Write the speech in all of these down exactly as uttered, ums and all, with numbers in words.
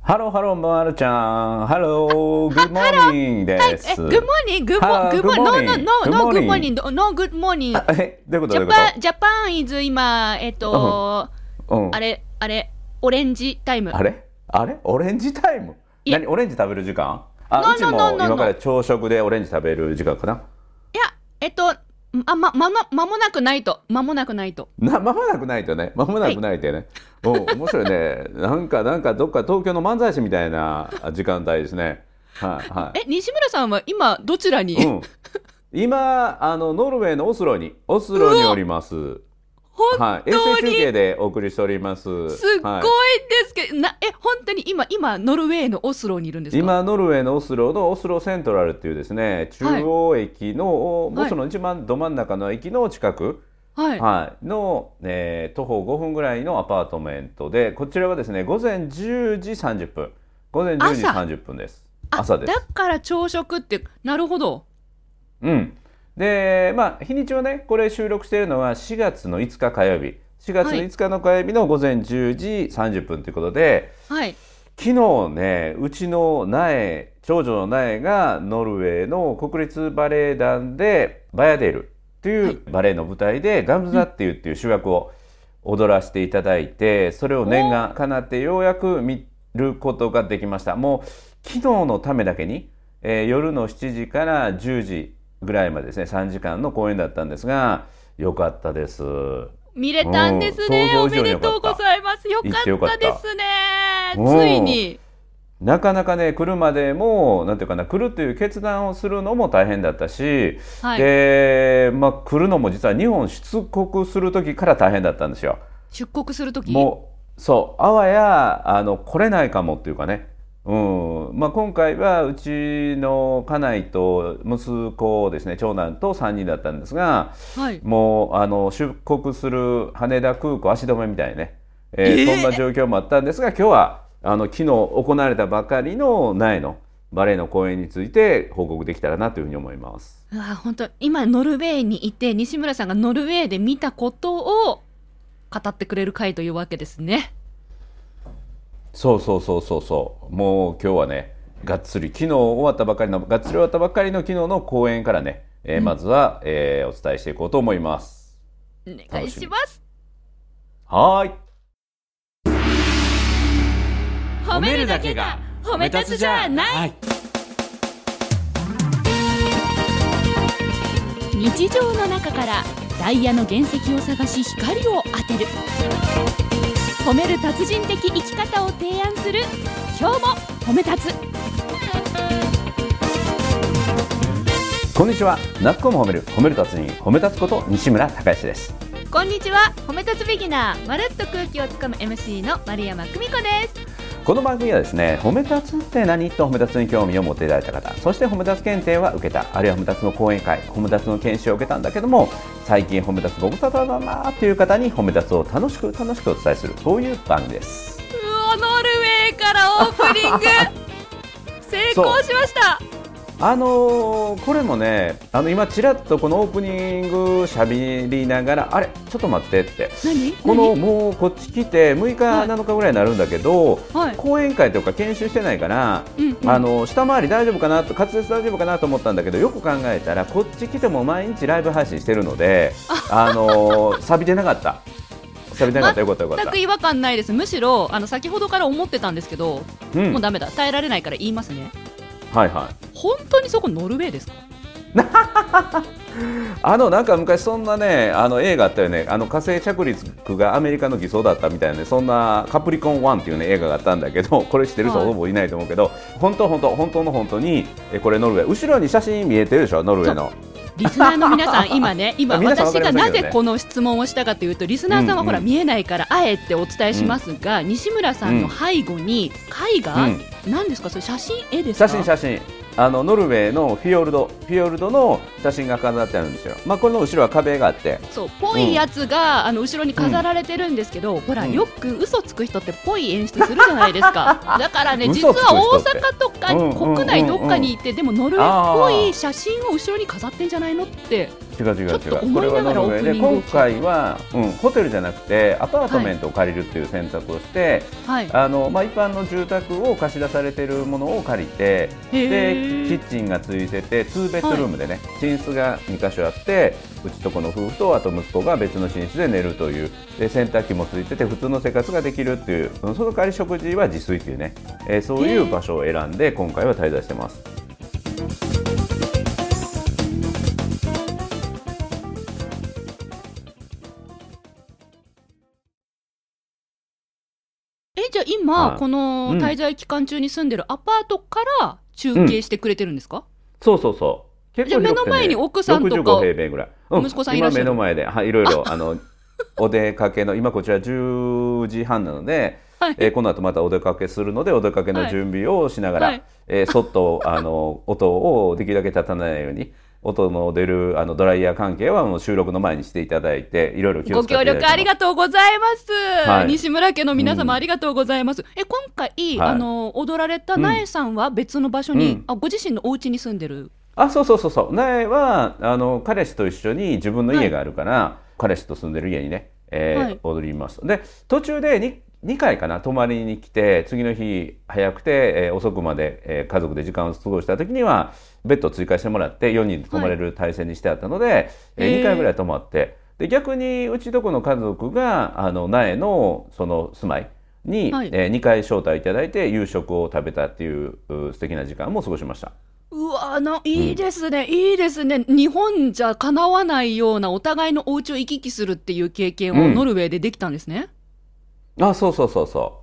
ハローハローまるちゃん、ハロー、グッドモーニングです。 グッドモーニング、グッドモーニング、ノーノーノーノーグッドモーニング、ノーグッドモーニング。 え、どういうことどういうこジャパン、ジャパンイズ今、えっと、 と？うん。 あれ、あれ、オレンジタイム。 あれあれオレンジタイム？何オレンジ食べる時間？あ、 ノーうちノーノーノーも今から朝食でオレンジ食べる時間かな。 いや、えっと、あ、ま、ま、まもなくないと。まもなくないと。 な、間もなくないとね。間もなくないとね。はい、お、面白いね。なんか、なんかどっか東京の漫才師みたいな時間帯ですね。はい、はい。 え、西村さんは今どちらに？うん、 今、あの、ノルウェーのオスロに、オスロにおります。はい、衛星中継でお送りしております。 すごいですけど、はい、なえ本当に今今ノルウェーのオスロにいるんですか？ 今ノルウェーのオスロのオスロセントラルっていうですね、中央駅の、はい、オスロの一番ど真ん中の駅の近く、はいはい、の、えー、徒歩ごふんぐらいのアパートメントで、こちらはですね、午前じゅうじさんじゅっぷん、午前じゅうじさんじゅっぷんです。朝です。 だから朝食って、なるほど。 うん。で、まあ、日にちはね、これ収録しているのはしがつのいつか火曜日。しがつのいつかの火曜日の午前じゅうじさんじゅっぷんということで、はい、昨日ね、うちの苗、長女の苗がノルウェーの国立バレエ団でバヤデールというバレエの舞台で、はい、ガムザっていうっていう主役を踊らせていただいて、それを念がかなってようやく見ることができました。もう昨日のためだけに、えー、夜のしちじからじゅうじぐらいまでですね、さんじかんの公演だったんですが、よかったです。 見れたんですね。おめでとうございます。よかったですね。ついに。 なかなかね、来るまでもなんていうかな、来るという決断をするのも大変だったし、はい、で、まあ、来るのも実は日本出国する時から大変だったんですよ。 出国する時？ もうそうあわやあの来れないかもっていうかね。うんまあ、今回はうちの家内と息子ですね、長男とさんにんだったんですが、はい、もうあの出国する羽田空港足止めみたいね、えーえー、そんな状況もあったんですが、今日はあの昨日行われたばかりの苗のバレエの公演について報告できたらなというふうに思います。 うわ、本当今ノルウェーにいて西村さんがノルウェーで見たことを語ってくれる回というわけですね。 そうそうそうそうそう、もう今日はね、がっつり昨日終わったばかりのがっつり終わったばかりの昨日の公演からね、えーうん、まずは、えー、お伝えしていこうと思います。 お願いします。 はーい。 褒めるだけが褒め立つじゃない。日常の中からダイヤの原石を探し光を当てる、褒める達人的生き方を提案する、今日も褒め立つ。 こんにちは。なっこも褒める褒める達人、褒め立つこと西村孝之です。 こんにちは。褒め立つビギナー、まるっと空気をつかむ エムシー の丸山久美子です。 この番組はですね、褒め立つって何と褒め立つに興味を持っていただいた方、そして褒め立つ検定は受けた、あるいは褒め立つの講演会、褒め立つの研修を受けたんだけども、最近褒め立つご無沙汰だなという方に褒め立つを楽しく楽しくお伝えする、そういう番組です。 うお、ノルウェーからオープニング成功しました。 あのー、これもね、あの今ちらっとこのオープニングしゃべりながら、あれちょっと待ってって、 何このもうこっち来てむいかなのかぐらいになるんだけど、はい、講演会とか研修してないから、うんうん、あの下回り大丈夫かなと、滑舌大丈夫かなと思ったんだけど、よく考えたらこっち来ても毎日ライブ配信してるので、あのー、錆びてなかった。錆びてなかった。よかったよかった。 全く違和感ないです。むしろあの先ほどから思ってたんですけど、うん、もうダメだ、耐えられないから言いますね。 はいはい。 本当にそこノルウェーですか？ あのなんか昔そんなね、あの映画あったよね。あの火星着陸がアメリカの偽装だったみたいなね、そんなカプリコンワンっていうね映画があったんだけど、これ知ってる人ほぼいないと思うけど、はい、本当本当本当の本当にえこれノルウェー、後ろに写真見えてるでしょ、ノルウェーの。 リスナーの皆さん今ね、今私がなぜこの質問をしたかというと、リスナーさんはほら見えないからあえてお伝えしますが、うん、西村さんの背後に絵画、うん、何ですかそれ、写真、絵ですか？ 写真写真、あのノルウェーのフィヨルドフィヨルドの写真が飾ってあるんですよ。まあ、この後ろは壁があって、 そうぽいやつが、うん、あの後ろに飾られてるんですけど、うん、ほらよく嘘つく人ってぽい演出するじゃないですか。だからね、実は大阪とか、うん、国内どっかにいて、でもノルウェーっぽい写真を後ろに飾ってんじゃないのって違う違う違う。これはノルウェーで今回は、うん、ホテルじゃなくてアパートメントを借りるっていう選択をして、はい、あのまあ、一般の住宅を貸し出されているものを借りて、でキッチンがついててツーベッドルームでね、はい、寝室がにかしょあって、うちとこの夫婦とあと息子が別の寝室で寝るという、で洗濯機もついてて普通の生活ができるっていう、その代わり食事は自炊っていうね、えー、そういう場所を選んで今回は滞在してます。 えじゃあ今、この滞在期間中に住んでるアパートから中継してくれてるんですか？うん、 そうそうそう。結構広くてね、じゃあ目の前に奥さんとかろくじゅうごへいめいぐらい、うん、息子さんいらっしゃる。今目の前で、はい、いろいろあのお出かけの今こちらじゅうじはんなので、はい、えー、この後またお出かけするのでお出かけの準備をしながら、はい、えー、そっとあの音をできるだけ立たないように、音の出るあのドライヤー関係はもう収録の前にしていただいて、いろいろ気をつけていただいてます。ご協力ありがとうございます、 はい、西村家の皆様、うん、ありがとうございます。え今回、はい、あの踊られた苗さんは別の場所に、うん、あご自身のお家に住んでる？ あ、そうそうそうそう。苗はあの彼氏と一緒に自分の家があるから、はい、彼氏と住んでる家にね、えーはい、踊ります。で途中で 2, にかいかな泊まりに来て、次の日早くて、えー、遅くまで、えー、家族で時間を過ごした時にはベッドを追加してもらってよにんで泊まれる体制にしてあったので、はい、えー、にかいぐらい泊まって、で逆にうちとこの家族があの苗のその住まいに、はい、えー、にかい招待いただいて夕食を食べたっていう素敵な時間も過ごしました。 うわないいですね、うん、いいですね。日本じゃかなわないようなお互いのお家を行き来するっていう経験をノルウェーでできたんですね。 うん、あ、そうそうそうそう。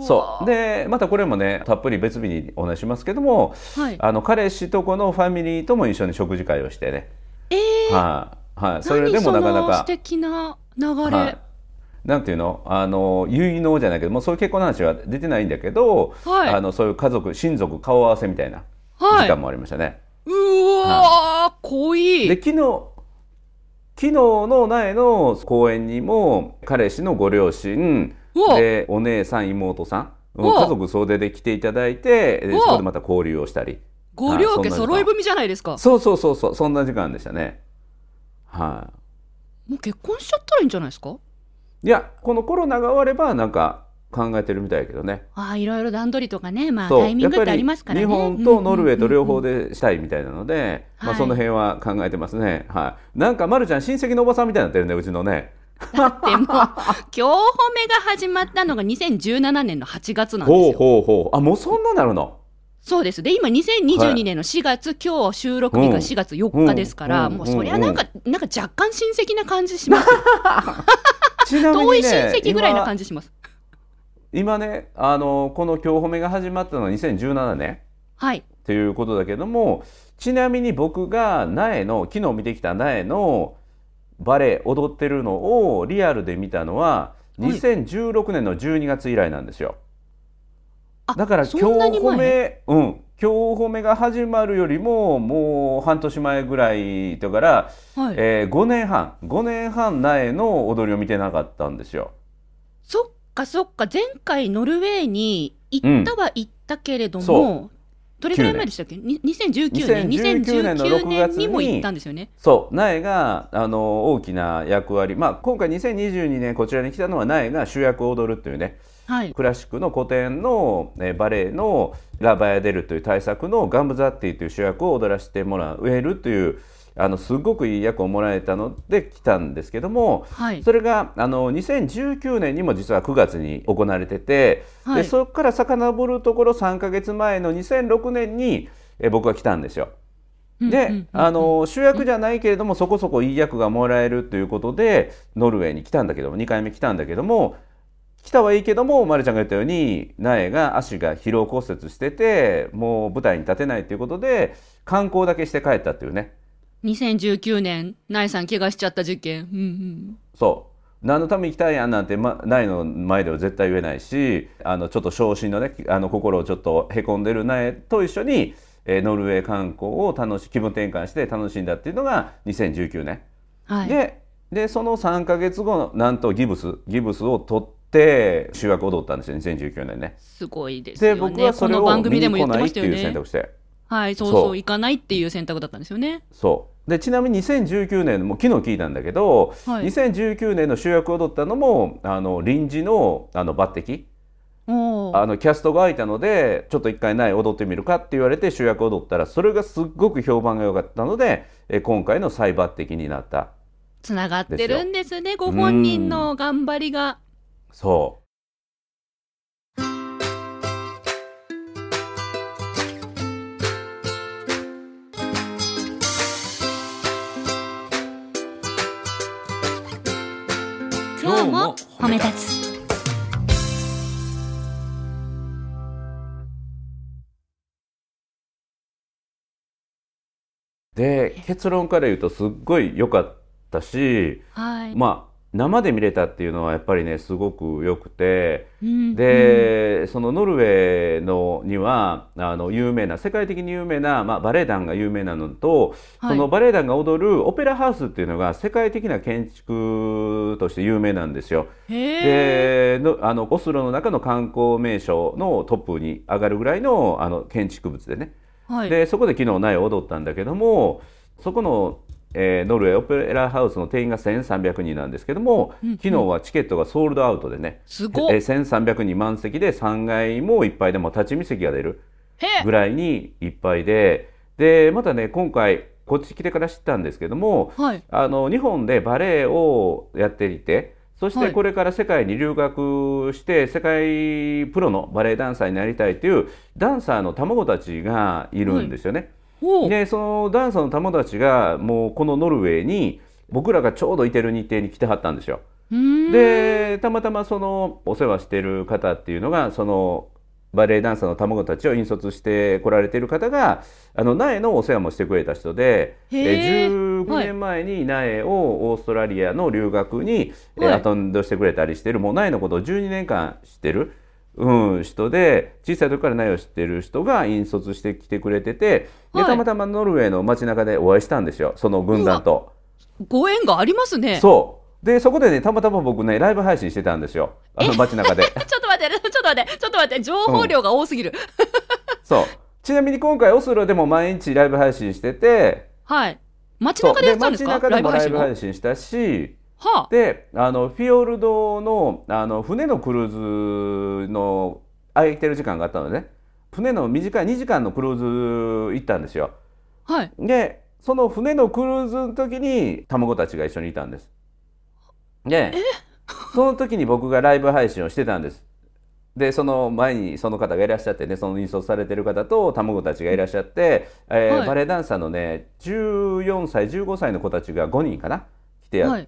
そうでまたこれもねたっぷり別日にお話しますけども、はい、あの彼氏とこのファミリーとも一緒に食事会をしてね、 えーはい、はい、それでもなかなか素敵な流れ、 はい、なんていうの、あの結納じゃないけども、そういう結婚の話は出てないんだけど、はい、あのそういう家族親族顔合わせみたいな時間もありましたね。 はい、うわー、はい、濃い。 で昨日昨日の苗の公演にも彼氏のご両親でお姉さん妹さん家族総出で来ていただいて、そこでまた交流をしたり、 ご両家揃い踏みじゃないですか。 そうそうそうそう、そんな時間でしたね。はい、 もう結婚しちゃったらいいんじゃないですか。 いやこのコロナが終わればなんか考えてるみたいだけどね。 あ、いろいろ段取りとかね、まあ、タイミングってありますからね。 日本とノルウェーと両方でしたいみたいなので、まあ、その辺は考えてますね。はい、なんかまるちゃん親戚のおばさんみたいになってるね、うちのね。 だってもう今日褒めが始まったのがにせんじゅうななねんのはちがつなんですよ。 ほうほうほう。あ、もうそんななるの。 そうです。で今にせんにじゅうにねんのしがつ、はい、今日収録日がしがつよっかですから、うん、もうそりゃなんか、うん、なんか若干親戚な感じしますちなみにね、遠い親戚ぐらいな感じします。 今ね、あのこの今日褒めが始まったのはにせんじゅうななねん、 はい、 っていうことだけども、ちなみに僕が苗の昨日見てきた苗のバレエ踊ってるのをリアルで見たのはにせんじゅうろくねんのじゅうにがつ以来なんですよ。はい、だから今日褒め、うん、今日褒めが始まるよりももう半年前ぐらいだから、はい、えー、ごねんはんごねんはん苗の踊りを見てなかったんですよ。 そっかそっか、前回ノルウェーに行ったは行ったけれども、うん、どれぐらい前でしたっけ？にせんじゅうきゅうねんにせんじゅうきゅうねんのろくがつにも行ったんですよね。 そう苗があの大きな役割、まあ、今回にせんにじゅうにねんこちらに来たのは苗が主役を踊るっていうね、はい、クラシックの古典の、ね、バレエのラバヤデルという大作のガンブザッティという主役を踊らせてもらえるというあのすごくいい役をもらえたので来たんですけども、はい、それがあのにせんじゅうきゅうねんにも実はくがつに行われてて、はい、でそこから遡るところさんかげつまえのにせんろくねんにえ僕が来たんですよ。で、あの主役じゃないけれどもそこそこいい役がもらえるということでノルウェーに来たんだけども、にかいめ来たんだけども、来たはいいけども、まるちゃんが言ったように苗が足が疲労骨折しててもう舞台に立てないということで観光だけして帰ったっていうね。 にせんじゅうきゅうねん苗さん怪我しちゃった事件、うんうん、 そう何のために行きたいやんなんて、ま、苗の前では絶対言えないし、あのちょっと傷心のねあの心をちょっとへこんでる苗と一緒に、えー、ノルウェー観光を楽し気分転換して楽しんだっていうのがにせんじゅうきゅうねん、はい、で, でそのさんかげつごのなんとギブスギブスを取って主役を踊ったんですよにせんじゅうきゅうねんね。 すごいですよね。で僕はそれを見に来ないっていう選択をして、 はい、そうそう、行かないっていう選択だったんですよね。 そうで、ちなみににせんじゅうきゅうねんも昨日聞いたんだけど、はい、にせんじゅうきゅうねんの主役を踊ったのもあの臨時のあの抜擢、あのキャストが空いたのでちょっと一回ない踊ってみるかって言われて主役を踊ったら、それがすっごく評判が良かったので、え今回の再抜擢になった。 つながってるんですね、ご本人の頑張りが。 そう今日も褒め立つ。 で、結論から言うとすっごい良かったし、はい、まあ生で見れたっていうのはやっぱりねすごく良くて、うん、で、うん、そのノルウェーのにはあの有名な世界的に有名な、まあ、バレエ団が有名なのと、はい、そのバレエ団が踊るオペラハウスっていうのが世界的な建築として有名なんですよ。でのあのオスロの中の観光名所のトップに上がるぐらいの、あの建築物でね、はい、でそこで昨日苗を踊ったんだけども、そこのえー、ノルウェーオペラハウスの定員がせんさんびゃくにんなんですけども、うんうん、昨日はチケットがソールドアウトでね、 すごっ、 えー、せんさんびゃくにん満席でさんがいもいっぱいでも立ち見席が出るぐらいにいっぱいで、でまたね今回こっち来てから知ったんですけども、はい、あの日本でバレエをやっていて、そしてこれから世界に留学して世界プロのバレエダンサーになりたいというダンサーの卵たちがいるんですよね。はい、でそのダンサーの友達がもうこのノルウェーに僕らがちょうどいてる日程に来てはったんですよ。でたまたまそのお世話してる方っていうのがそのバレエダンサーの卵たちを引率して来られている方があの苗のお世話もしてくれた人で、えじゅうごねんまえに苗をオーストラリアの留学に、はい、アテンドしてくれたりしてる、もう苗のことをじゅうにねんかん知ってるうん、人で、小さい時から苗を知ってる人が引率してきてくれてて、でたまたまノルウェーの街中でお会いしたんですよ、その軍団と。 ご縁がありますね。 そうでそこでねたまたま僕ねライブ配信してたんですよ、あの街中で。ちょっと待ってちょっと待ってちょっと待って情報量が多すぎる、うん、 そうちなみに今回オスロでも毎日ライブ配信してて、 はい街中でやったんですか？ 街中でもライブ配信したし、はあ、であのフィヨルド の, あの船のクルーズの空いてる時間があったので、ね、船の短いにじかんのクルーズ行ったんですよ。はい、でその船のクルーズの時に卵たちが一緒にいたんです。でその時に僕がライブ配信をしてたんです。でその前にその方がいらっしゃってね、その引率されてる方と卵たちがいらっしゃって、えーはい、バレエダンサーのねじゅうよんさいじゅうごさいの子たちがごにんかな来てやって、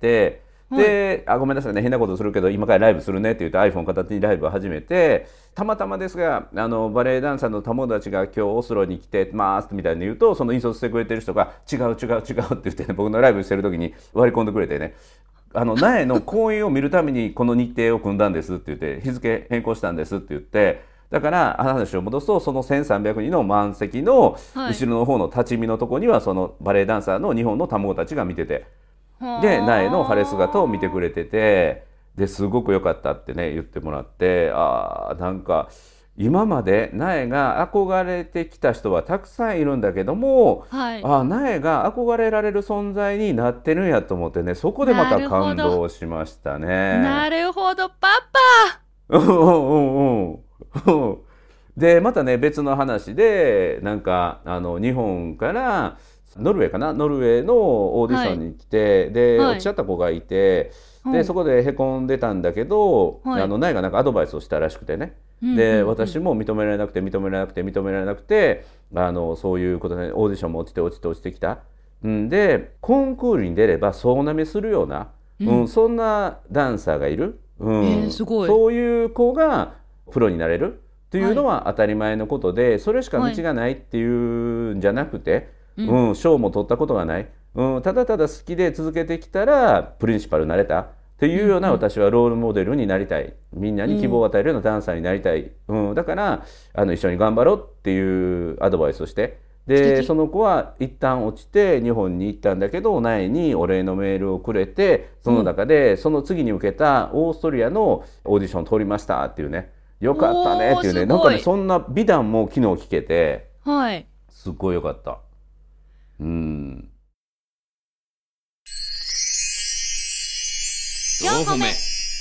はい、で、はい、あごめんなさいね変なことするけど今からライブするねって言って iPhone 片手にライブを始めて、たまたまですがあのバレエダンサーの友達が今日オスロに来てますみたいに言うと、その引率してくれてる人が違う違う違うって言って、ね、僕のライブしてる時に割り込んでくれてね、あの苗の公演を見るためにこの日程を組んだんですって言って日付変更したんですって言って、だから話を戻すとそのせんさんびゃくにんの満席の後ろの方の立ち見のとこにはそのバレエダンサーの日本の卵たちが見てて、で苗の晴れ姿を見てくれてて、ですごく良かったってね言ってもらって、あなんか今まで苗が憧れてきた人はたくさんいるんだけども、はい、あ苗が憧れられる存在になってるんやと思ってね、そこでまた感動しましたね。 なるほどパパうんうんうんでまたね別の話でなんかあの日本からノルウェーかなノルウェーのオーディションに来て、はい、で、はい、落ちちゃった子がいて、でそこでへこんでたんだけど、はい、あの苗がなんかアドバイスをしたらしくてね、で、うんうんうん、私も認められなくて認められなくて認められなくてあのそういうことでオーディションも落ちて落ちて落ちてきた、うん、でコンクールに出れば総なめするような、うんうん、そんなダンサーがいる、うんえー、すごいそういう子がプロになれるっていうのは当たり前のことで、はい、それしか道がないっていうんじゃなくて、はいうん、賞も取ったことがない、うん、ただただ好きで続けてきたらプリンシパルになれたっていうような、私はロールモデルになりたい、みんなに希望を与えるようなダンサーになりたい、うん、だからあの一緒に頑張ろうっていうアドバイスをして、でその子は一旦落ちて日本に行ったんだけど苗にお礼のメールをくれて、その中でその次に受けたオーストリアのオーディション通りましたっていうね、よかったねっていうね、なんかねそんな美談も昨日聞けて、はい、 すっごい良かった。うん。 よんほめ。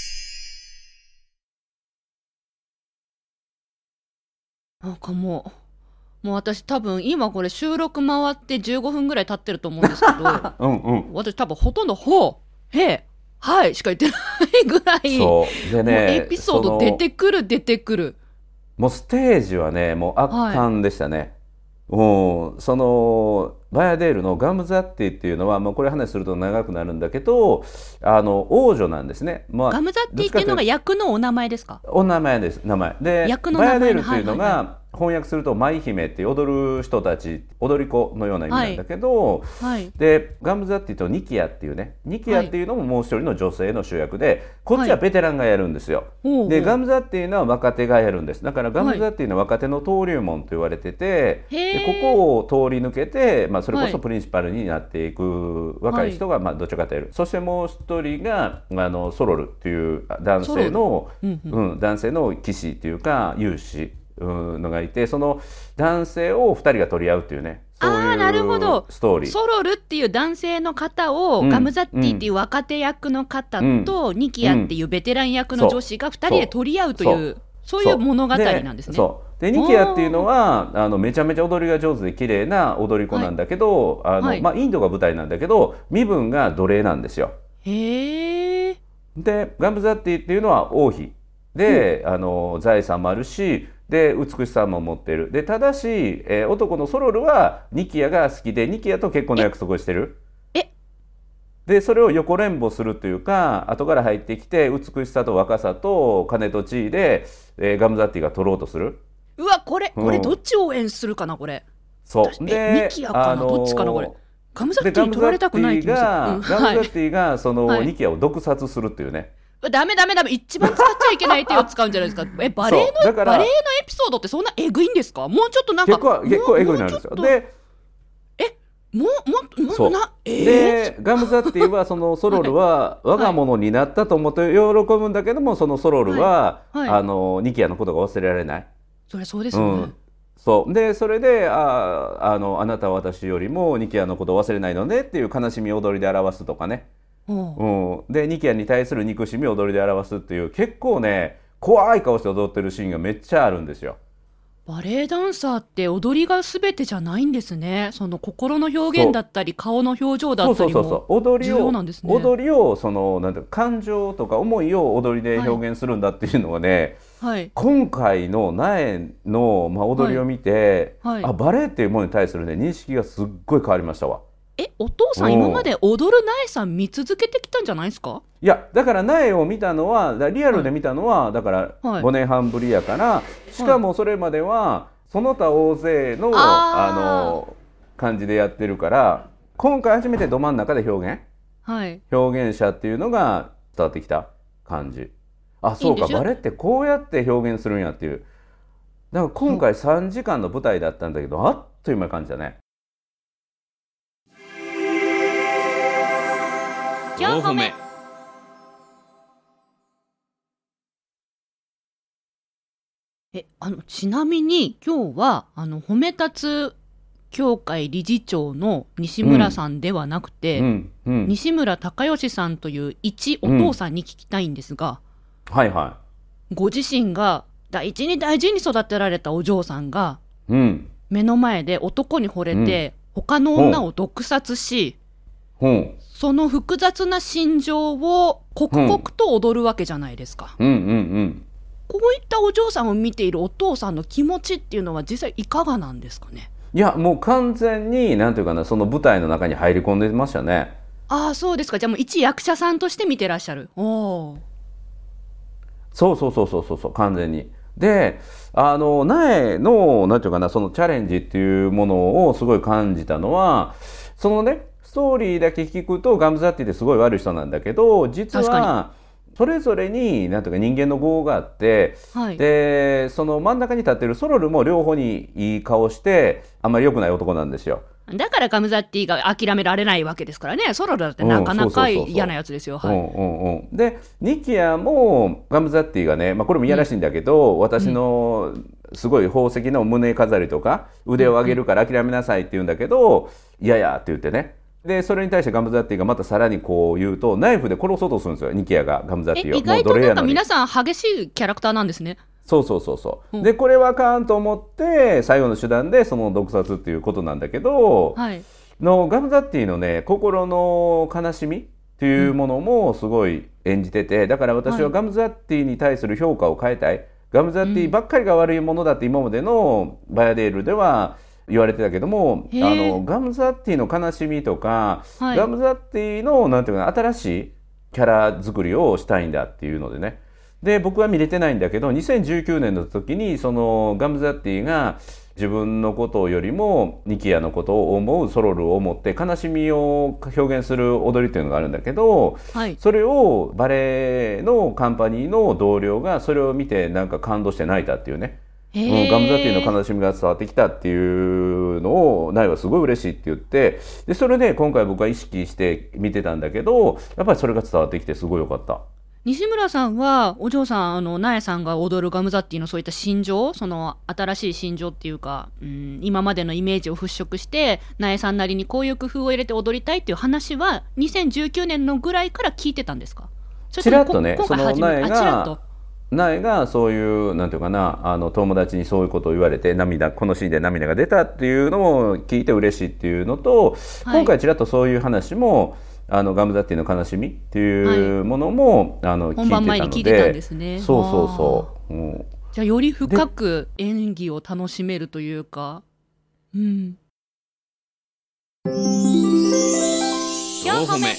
なんかもうもう私多分今これ収録回ってじゅうごふんぐらい経ってると思うんですけどうんうん、 私多分ほとんどほうへえはいしか言ってないぐらい、 そうでね、もうエピソード出てくる出てくる。 もうステージはねもう圧巻でしたね、はい、うん、そのバヤデールのガムザッティっていうのは、まあ、これ話すると長くなるんだけど、あの王女なんですね、まあ、 ガムザッティっていうのが役のお名前ですか？ お名前です、名前で、 役の名前バヤデールっていうのが、はいはいはい、翻訳すると舞姫っていう踊る人たち、踊り子のような意味なんだけど、はいはい、でガムザッティとニキアっていうね、ニキアっていうのももう一人の女性の主役で、こっちはベテランがやるんですよ、はい、でガムザッティのは若手がやるんです。だからガムザッティの若手の登竜門と言われてて、はい、でここを通り抜けて、まあ、それこそプリンシパルになっていく若い人が、まあ、どちらかというと、そしてもう一人があのソロルっていう男性の、うんうんうん、男性の騎士っていうか勇士のがいて、その男性をふたりが取り合うっていうね、そういうなるほどストーリー。 ソロルっていう男性の方を、うん、ガムザッティっていう若手役の方と、うん、ニキアっていうベテラン役の女子がふたりで取り合うという、そう、そういう物語なんですね。 そうでニキアっていうのはあのめちゃめちゃ踊りが上手で綺麗な踊り子なんだけど、はい、あのはい、まあ、インドが舞台なんだけど身分が奴隷なんですよ。 へー。 でガムザッティっていうのは王妃で、うん、あの財産もあるしで美しさも持ってる。でただし、えー、男のソロルはニキアが好きでニキアと結婚の約束をしてる。 えでそれを横連母するというか、後から入ってきて美しさと若さと金と地位で、えー、ガムザッティが取ろうとする。 うわこれこれどっち応援するかなこれ。 そうでニキアかな、あのー、どっちかなこれ。ガムザッティ取られたくない気もする。 ガムザッティがその、はい、ニキアを毒殺するっていうね。 ダメダメダメ、一番使っちゃいけない手を使うんじゃないですか。えバレエのバレエのエピソードってそんなエグいんですか？もうちょっとなんか結構結構エグいなんですよ。でえもうもうな、えー、 でガムザッティはそのソロルは我が物になったと思って喜ぶんだけども、そのソロルは、はいはい、あのニキアのことが忘れられない。 それそうですよね、うん、 そうでそれで あ, あ, のあなたは私よりもニキアのことを忘れないのねっていう悲しみを踊りで表すとかね、うん、でニキアに対する憎しみを踊りで表すっていう結構ね怖い顔して踊ってるシーンがめっちゃあるんですよ。 バレエダンサーって踊りが全てじゃないんですね。その心の表現だったり顔の表情だったりも重要なんですね。 踊りをそのなんていうか感情とか思いを踊りで表現するんだっていうのはね、はい、今回の苗の、まあ、踊りを見て、はいはい、あバレエっていうものに対する、ね、認識がすっごい変わりましたわ。 えお父さん今まで踊る苗さん見続けてきたんじゃないですか？ いやだから苗を見たのはリアルで見たのは、はい、だからごねんはんぶりやから、はい、しかもそれまではその他大勢の、ああの感じでやってるから、今回初めてど真ん中で表現、はい、表現者っていうのが伝わってきた感じ。あそうか、バレエってこうやって表現するんやっていう。だから今回さんじかんの舞台だったんだけど、あっという間に感じたね。 よんほめ。えあのちなみに今日はあの褒め立つ協会理事長の西村さんではなくて、うんうんうん、西村孝義さんという一お父さんに聞きたいんですが、 うん、はいはい、 ご自身が大事に大事に育てられたお嬢さんが、 うん、 目の前で男に惚れて、うん、他の女を毒殺し、うん、その複雑な心情を刻々と踊るわけじゃないですか、 うんうんうんうん、 こういったお嬢さんを見ているお父さんの気持ちっていうのは実際いかがなんですかね？ いやもう完全になんていうかな、その舞台の中に入り込んでましたね。 ああそうですか。じゃあもう一役者さんとして見てらっしゃる。おそうそうそうそうそう完全に。であの苗のなんていうかな、そのチャレンジっていうものをすごい感じたのは、そのねストーリーだけ聞くとガムザッティってすごい悪い人なんだけど、実はそれぞれになんていうか人間の業があって、はい、でその真ん中に立ってるソロルも両方にいい顔してあんまり良くない男なんですよ。 だからガムザッティが諦められないわけですからね。ソロルだってなかなか嫌なやつですよ。でニキアもガムザッティがね、まあ、これもいやらしいんだけど、うん、私のすごい宝石の胸飾りとか腕を上げるから諦めなさいって言うんだけど、いやいやって言ってね。でそれに対してガムザッティがまたさらにこう言うとナイフで殺そうとするんですよ、ニキヤがガムザッティを。 意外となんか皆さん激しいキャラクターなんですね。 そうそうそうそう、うん、でこれはあかんと思って最後の手段でその毒殺っていうことなんだけど、はい、のガムザッティのね心の悲しみっていうものもすごい演じてて、だから私はガムザッティに対する評価を変えたい、ガムザッティばっかりが悪いものだって今までのバヤデールでは言われてたけども、あのガムザッティの悲しみとか、はい、ガムザッティのなんていうかな新しいキャラ作りをしたいんだっていうのでね。で僕は見れてないんだけどにせんじゅうきゅうねんの時にそのガムザッティが自分のことよりもニキヤのことを思うソロルを思って悲しみを表現する踊りというのがあるんだけど、はい、それをバレエのカンパニーの同僚がそれを見てなんか感動して泣いたっていうね、うん、ガムザッティの悲しみが伝わってきたっていうのをナイはすごい嬉しいって言って、でそれで今回僕は意識して見てたんだけど、やっぱりそれが伝わってきてすごい良かった。 西村さんはお嬢さんあのナエさんが踊るガムザッティのそういった心情、その新しい心情っていうか、うん、今までのイメージを払拭してナエさんなりにこういう工夫を入れて踊りたいっていう話はにせんじゅうきゅうねんのぐらいから聞いてたんですか？ ちらっとね、そのナエがナエがそういうなんていうかな、あの友達にそういうことを言われて涙、このシーンで涙が出たっていうのを聞いて嬉しいっていうのと、はい、今回ちらっとそういう話もあのガムザッティの悲しみっていうものも、はい、あの本番前に聞いてたんですね。 そうそうそう、うん、 じゃあより深く演技を楽しめるというか、うん。よんほめ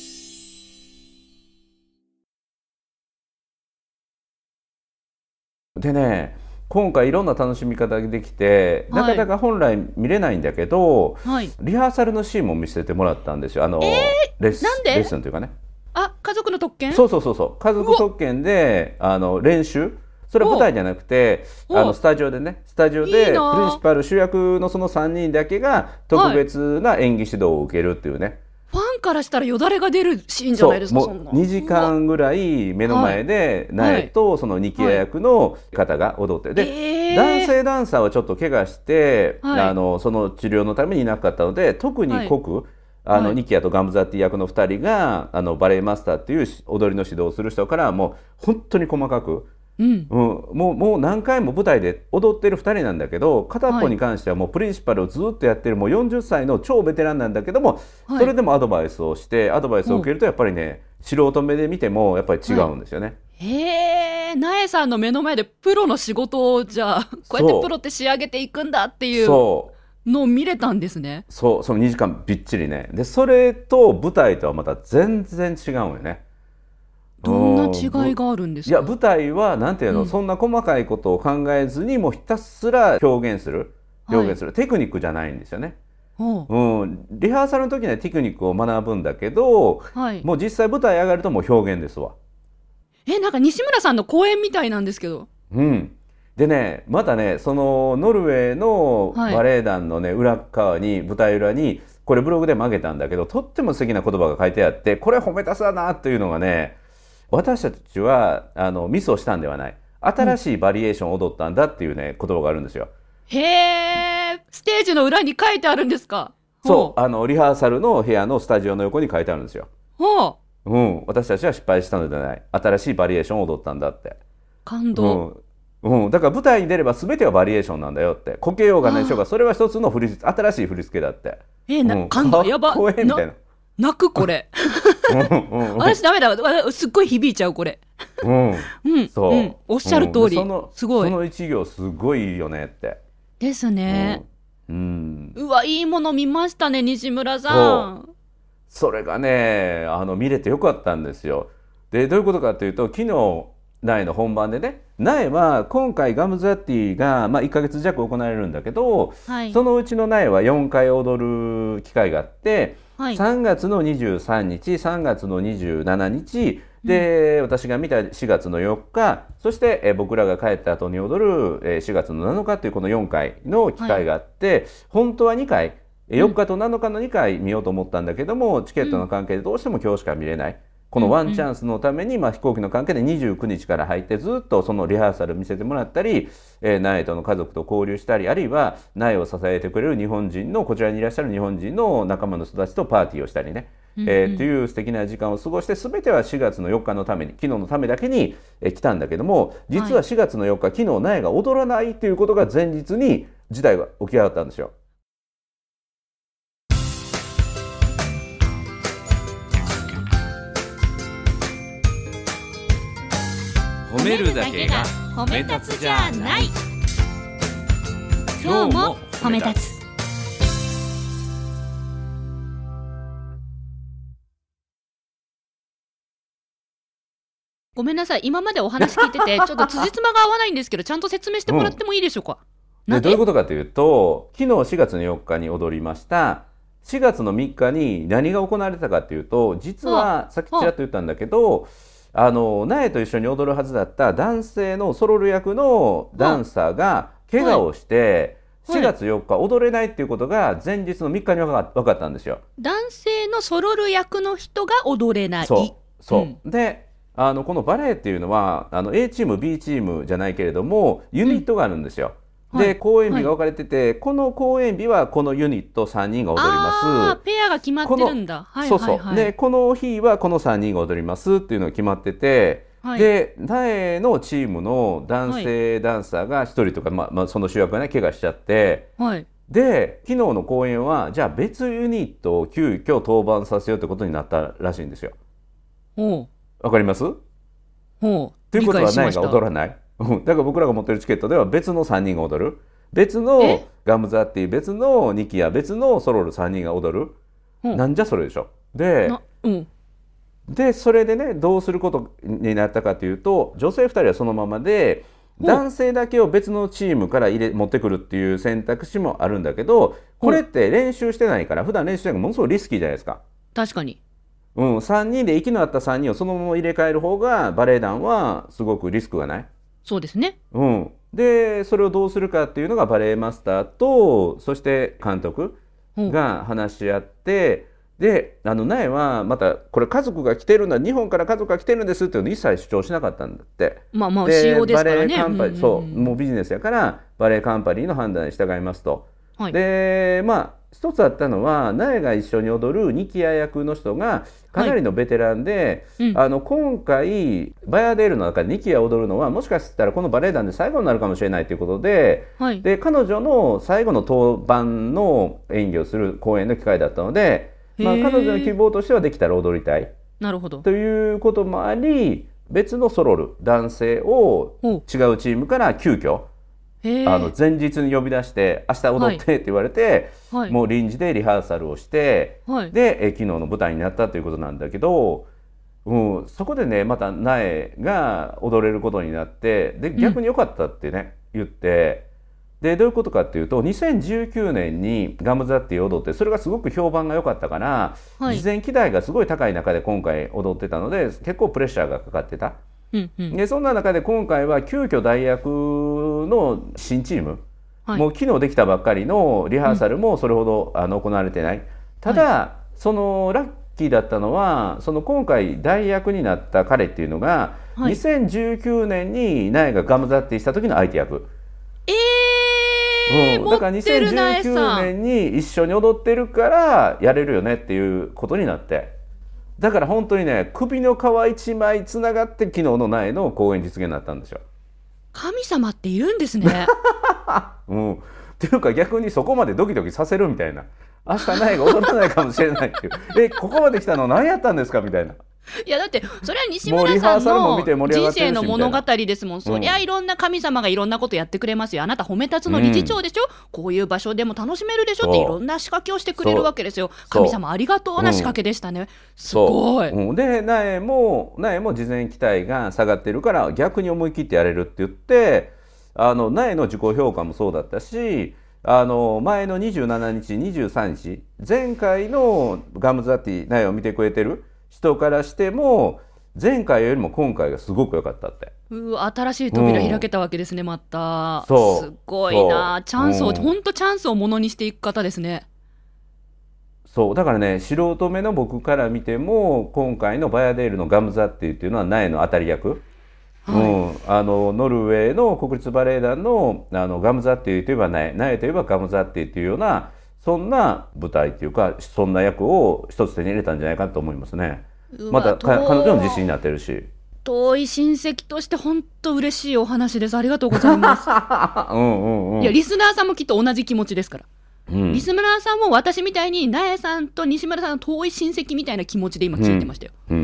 でね、今回いろんな楽しみ方ができて、はい、なかなか本来見れないんだけど、はい、リハーサルのシーンも見せてもらったんですよ。あの、えー、レッスン、なんで？レッスンというかね。 あ、家族の特権？ そうそうそうそう、家族特権であの練習、それは舞台じゃなくてあのスタジオでね、スタジオでプリンシパル主役のそのさんにんだけが特別な演技指導を受けるっていうね、はい、 ファンからしたらよだれが出るシーンじゃないですか。 そう、もうにじかんぐらい目の前でナエとそのニキヤ役の方が踊ってで、えー、男性ダンサーはちょっと怪我して、はい、あのその治療のためにいなかったので、特に濃く、はい、あのニキヤとガムザッティ役のふたりがあのバレエマスターっていう踊りの指導をする人からもう本当に細かく、うんうん、もう、もう何回も舞台で踊ってるふたりなんだけど、片っぽに関してはもうプリンシパルをずっとやってるもうよんじゅっさいの超ベテランなんだけども、はい、それでもアドバイスをしてアドバイスを受けるとやっぱりね、素人目で見てもやっぱり違うんですよね。 はい、へー、ナエさんの目の前でプロの仕事をじゃあこうやってプロって仕上げていくんだっていうのを見れたんですね。 そう、そのにじかんびっちりね。でそれと舞台とはまた全然違うよね。 どんな違いがあるんですか？ いや、舞台はなんていうの、うん、そんな細かいことを考えずにもうひたすら表現する表現する、はい、テクニックじゃないんですよね。うん、リハーサルの時にはテクニックを学ぶんだけど、はい、もう実際舞台上がるともう表現ですわ。 え、なんか西村さんの講演みたいなんですけど。 うん。でね、またね、そのノルウェーのバレエ団のね、はい、裏側に舞台裏にこれブログでも上げたんだけど、とっても素敵な言葉が書いてあって、これ褒めたすだなっていうのがね、私たちはあのミスをしたんではない、新しいバリエーションを踊ったんだっていうね、言葉があるんですよ。 へー、ステージの裏に書いてあるんですか？ そう、あのリハーサルの部屋のスタジオの横に書いてあるんですよ。ほう、うん、私たちは失敗したのではない、新しいバリエーションを踊ったんだって。 感動。 うんうん、だから舞台に出れば全てはバリエーションなんだよって、こけようが何しようがそれは一つの振り付新しい振り付けだって。 えー、な、うん、感動、やば、 かっこええみたいな。 泣くこれ私ダメだ、すっごい響いちゃうこれ。うん、うん、そう、うん、おっしゃる通り、うん、すごい、 その一行すごいいいよねってですね。うん、うわ、いいもの見ましたね西村さん。 そ, それがね、あの見れてよかったんですよ。でどういうことかというと、昨日ナエの本番でね、ナエは今回ガムザッティが、まあ、いっかげつ弱行われるんだけど、はい、そのうちのナエはよんかい踊る機会があって、はい、さんがつのにじゅうさんにち、さんがつのにじゅうしちにちで、うん、私が見たしがつのよっか、そして、え僕らが帰った後に踊る、えしがつのなのかというこのよんかいの機会があって、はい、本当はにかい、よっかとなのかのにかい見ようと思ったんだけども、チケットの関係でどうしても今日しか見れない、 このワンチャンスのために、まあ、飛行機の関係でにじゅうくにちから入ってずっとそのリハーサル見せてもらったり、えー、苗との家族と交流したり、あるいは苗を支えてくれる日本人のこちらにいらっしゃる日本人の仲間の人たちとパーティーをしたりね、うんうん、えー、という素敵な時間を過ごして、全てはしがつのよっかのために、昨日のためだけに、えー、来たんだけども、実はしがつのよっか、はい、昨日苗が踊らないということが前日に事態が起き上がったんですよ。 褒めるだけが褒め立つじゃない。今日も褒め立つ。ごめんなさい、今までお話聞いててちょっと辻褄が合わないんですけど、ちゃんと説明してもらってもいいでしょうか。 うん、でどういうことかというと、昨日しがつのよっかに踊りました。しがつのみっかに何が行われたかというと、実はさっきちらっと言ったんだけど、あの苗と一緒に踊るはずだった男性のソロル役のダンサーが怪我をして、はい、しがつよっか踊れないっていうことが前日のみっかに分かったんですよ。 男性のソロル役の人が踊れない。 そうそう、うん、であのこのバレエっていうのはあの A チーム B チームじゃないけれどもユニットがあるんですよ。うん、で、はい、公演日が分かれてて、はい、この公演日はこのユニットさんにんが踊ります。 あ、ペアが決まってるんだ。はいはいはい、 そうそう。でこの日はこのさんにんが踊りますっていうのが決まってて、はい、で苗のチームの男性ダンサーがひとりとか、まあまあ、その主役がね怪我しちゃって、はい、で昨日の公演はじゃあ別ユニットを急遽登板させようってことになったらしいんですよ。 おう、 わかります？ おう、 ということは苗が踊らない。だから僕らが持ってるチケットでは別のさんにんが踊る、別のガムザっていう別のニキヤ、別のソロルさんにんが踊る、うん、なんじゃそれでしょ。で、うん、でそれでねどうすることになったかというと、女性ふたりはそのままで男性だけを別のチームから入れ持ってくるっていう選択肢もあるんだけど、これって練習してないから、普段練習してないからものすごいリスキーじゃないですか。 確かに、 うん、さんにんで息の合ったさんにんをそのまま入れ替える方がバレエ団はすごくリスクがない。 そうですね、 うん、でそれをどうするかっていうのがバレエマスターとそして監督が話し合って、うん、であの苗はまたこれ家族が来てるんだ、日本から家族が来てるんですっていうのを一切主張しなかったんだって。 まあまあ仕様ですからね。バレエカンパニー、 うんうんうん、そうもうビジネスやからバレエカンパニーの判断に従いますと、はい、でまあ一つあったのは苗が一緒に踊るニキヤ役の人がかなりのベテランで、はい、うん、あの今回バヤデールの中でニキヤを踊るのはもしかしたらこのバレエ団で最後になるかもしれないということで、はい、で彼女の最後の当番の演技をする公演の機会だったので、まあ、彼女の希望としてはできたら踊りたい、 なるほど、 ということもあり別のソロル男性を違うチームから急遽あの前日に呼び出して明日踊ってって言われて、はい、もう臨時でリハーサルをして、はい、でえ昨日の舞台になったということなんだけど、うん、そこでねまた苗が踊れることになって、で逆に良かったってね、うん、言って、でどういうことかっていうとにせんじゅうきゅうねんにガムザっていう踊ってそれがすごく評判が良かったから、はい、事前期待がすごい高い中で今回踊ってたので結構プレッシャーがかかってた。うんうん、でそんな中で今回は急遽代役の新チーム、はい、もう昨日できたばっかりのリハーサルもそれほど、うん、あの行われてない。ただ、はい、そのラッキーだったのはその今回代役になった彼っていうのが、はい、にせんじゅうきゅうねんに苗がガムザってした時の相手役。 えー、うん、 だからにせんじゅうきゅうねんに一緒に踊ってるからやれるよねっていうことになって、だから本当にね首の皮一枚つながって昨日の苗の公演実現になったんですよ。 神様っているんですね。 うん、っていうか逆にそこまでドキドキさせるみたいな、明日苗が踊らないかもしれないっていうえここまで来たの何やったんですかみたいな。 いやだってそれは西村さんの人生の物語ですもん。そりゃいろんな神様がいろんなことやってくれますよ。あなた褒め立つの理事長でしょ、うん、こういう場所でも楽しめるでしょっていろんな仕掛けをしてくれるわけですよ。神様ありがとうな仕掛けでしたね、うん、すごい。 うん、で苗も苗も事前期待が下がってるから逆に思い切ってやれるって言って、あの苗の自己評価もそうだったし、あの前のにじゅうしちにちにじゅうさんにち前回のガムザティ苗を見てくれてる人からしても前回よりも今回がすごく良かったって。 う新しい扉開けたわけですね、うん、またそうすごいな。チャンスを、うん、ほんとチャンスをものにしていく方ですね。 そうだからね、素人目の僕から見ても今回のバヤデールのガムザッティっていうのは苗の当たり役、はい、うん、あのノルウェーの国立バレエ団 の, あのガムザッティといえば苗、苗といえばガムザッティっていうような、そんな舞台っていうかそんな役を一つ手に入れたんじゃないかと思いますね。また彼女の自信になってるし、 遠い親戚として本当嬉しいお話です。ありがとうございますうんうん、うん、いやリスナーさんもきっと同じ気持ちですから、うん、リスナーさんも私みたいに苗さんと西村さんの遠い親戚みたいな気持ちで今聞いてましたよ、うんうん、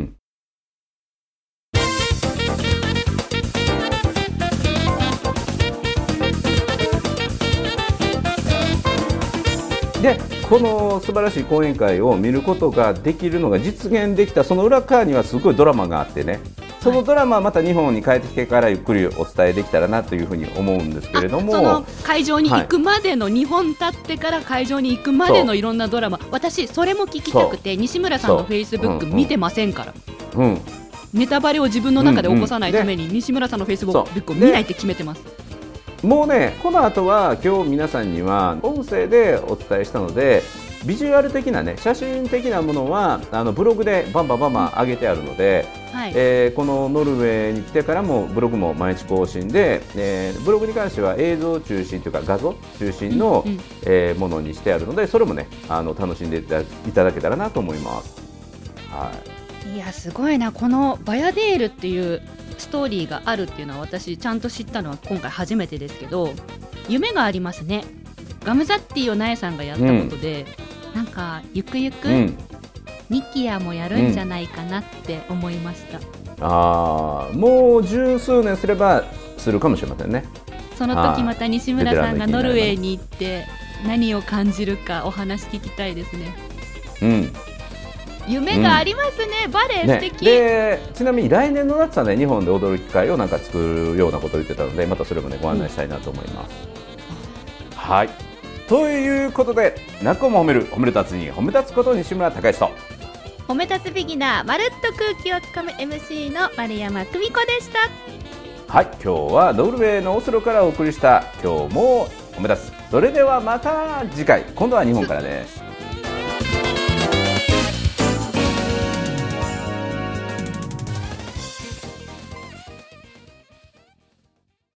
でこの素晴らしい講演会を見ることができるのが実現できたその裏側にはすごいドラマがあってね、そのドラマはまた日本に帰ってきてからゆっくりお伝えできたらなというふうに思うんですけれども、 その会場に行くまでの、はい、日本立ってから会場に行くまでのいろんなドラマ、私それも聞きたくて西村さんのフェイスブック見てませんから、うんうん、ネタバレを自分の中で起こさないために、うんうん、西村さんのフェイスブックを見ないって決めてます。 もうね、この後は今日皆さんには音声でお伝えしたので、ビジュアル的なね、写真的なものはあのブログでバンバンバンバン上げてあるので、はい、えー、このノルウェーに来てからもブログも毎日更新で、えー、ブログに関しては映像中心というか画像中心の、うんうん、えー、ものにしてあるので、それもねあの楽しんでいただけたらなと思います。 はい、いやすごいな、このバヤデールっていうストーリーがあるっていうのは私ちゃんと知ったのは今回初めてですけど、夢がありますね。ガムザッティを苗さんがやったことで、うん、なんかゆくゆく、うん、ニキアもやるんじゃないかなって思いました、うん、 あもう十数年すればするかもしれませんね。 その時また西村さんがノルウェーに行って何を感じるかお話聞きたいですね。うん、夢がありますね、うん、バレエ素敵、 ね、でちなみに来年の夏はね日本で踊る機会をなんか作るようなことを言ってたので、またそれもねご案内したいなと思います、うん、はい、ということで泣くも褒める褒める達人褒め立つこと西村孝之と褒め立つビギナーまるっと空気をつかむ エムシー の丸山久美子でした。 はい、今日はノルウェーのオスロからお送りした今日も褒め立つ。それではまた次回、今度は日本からです。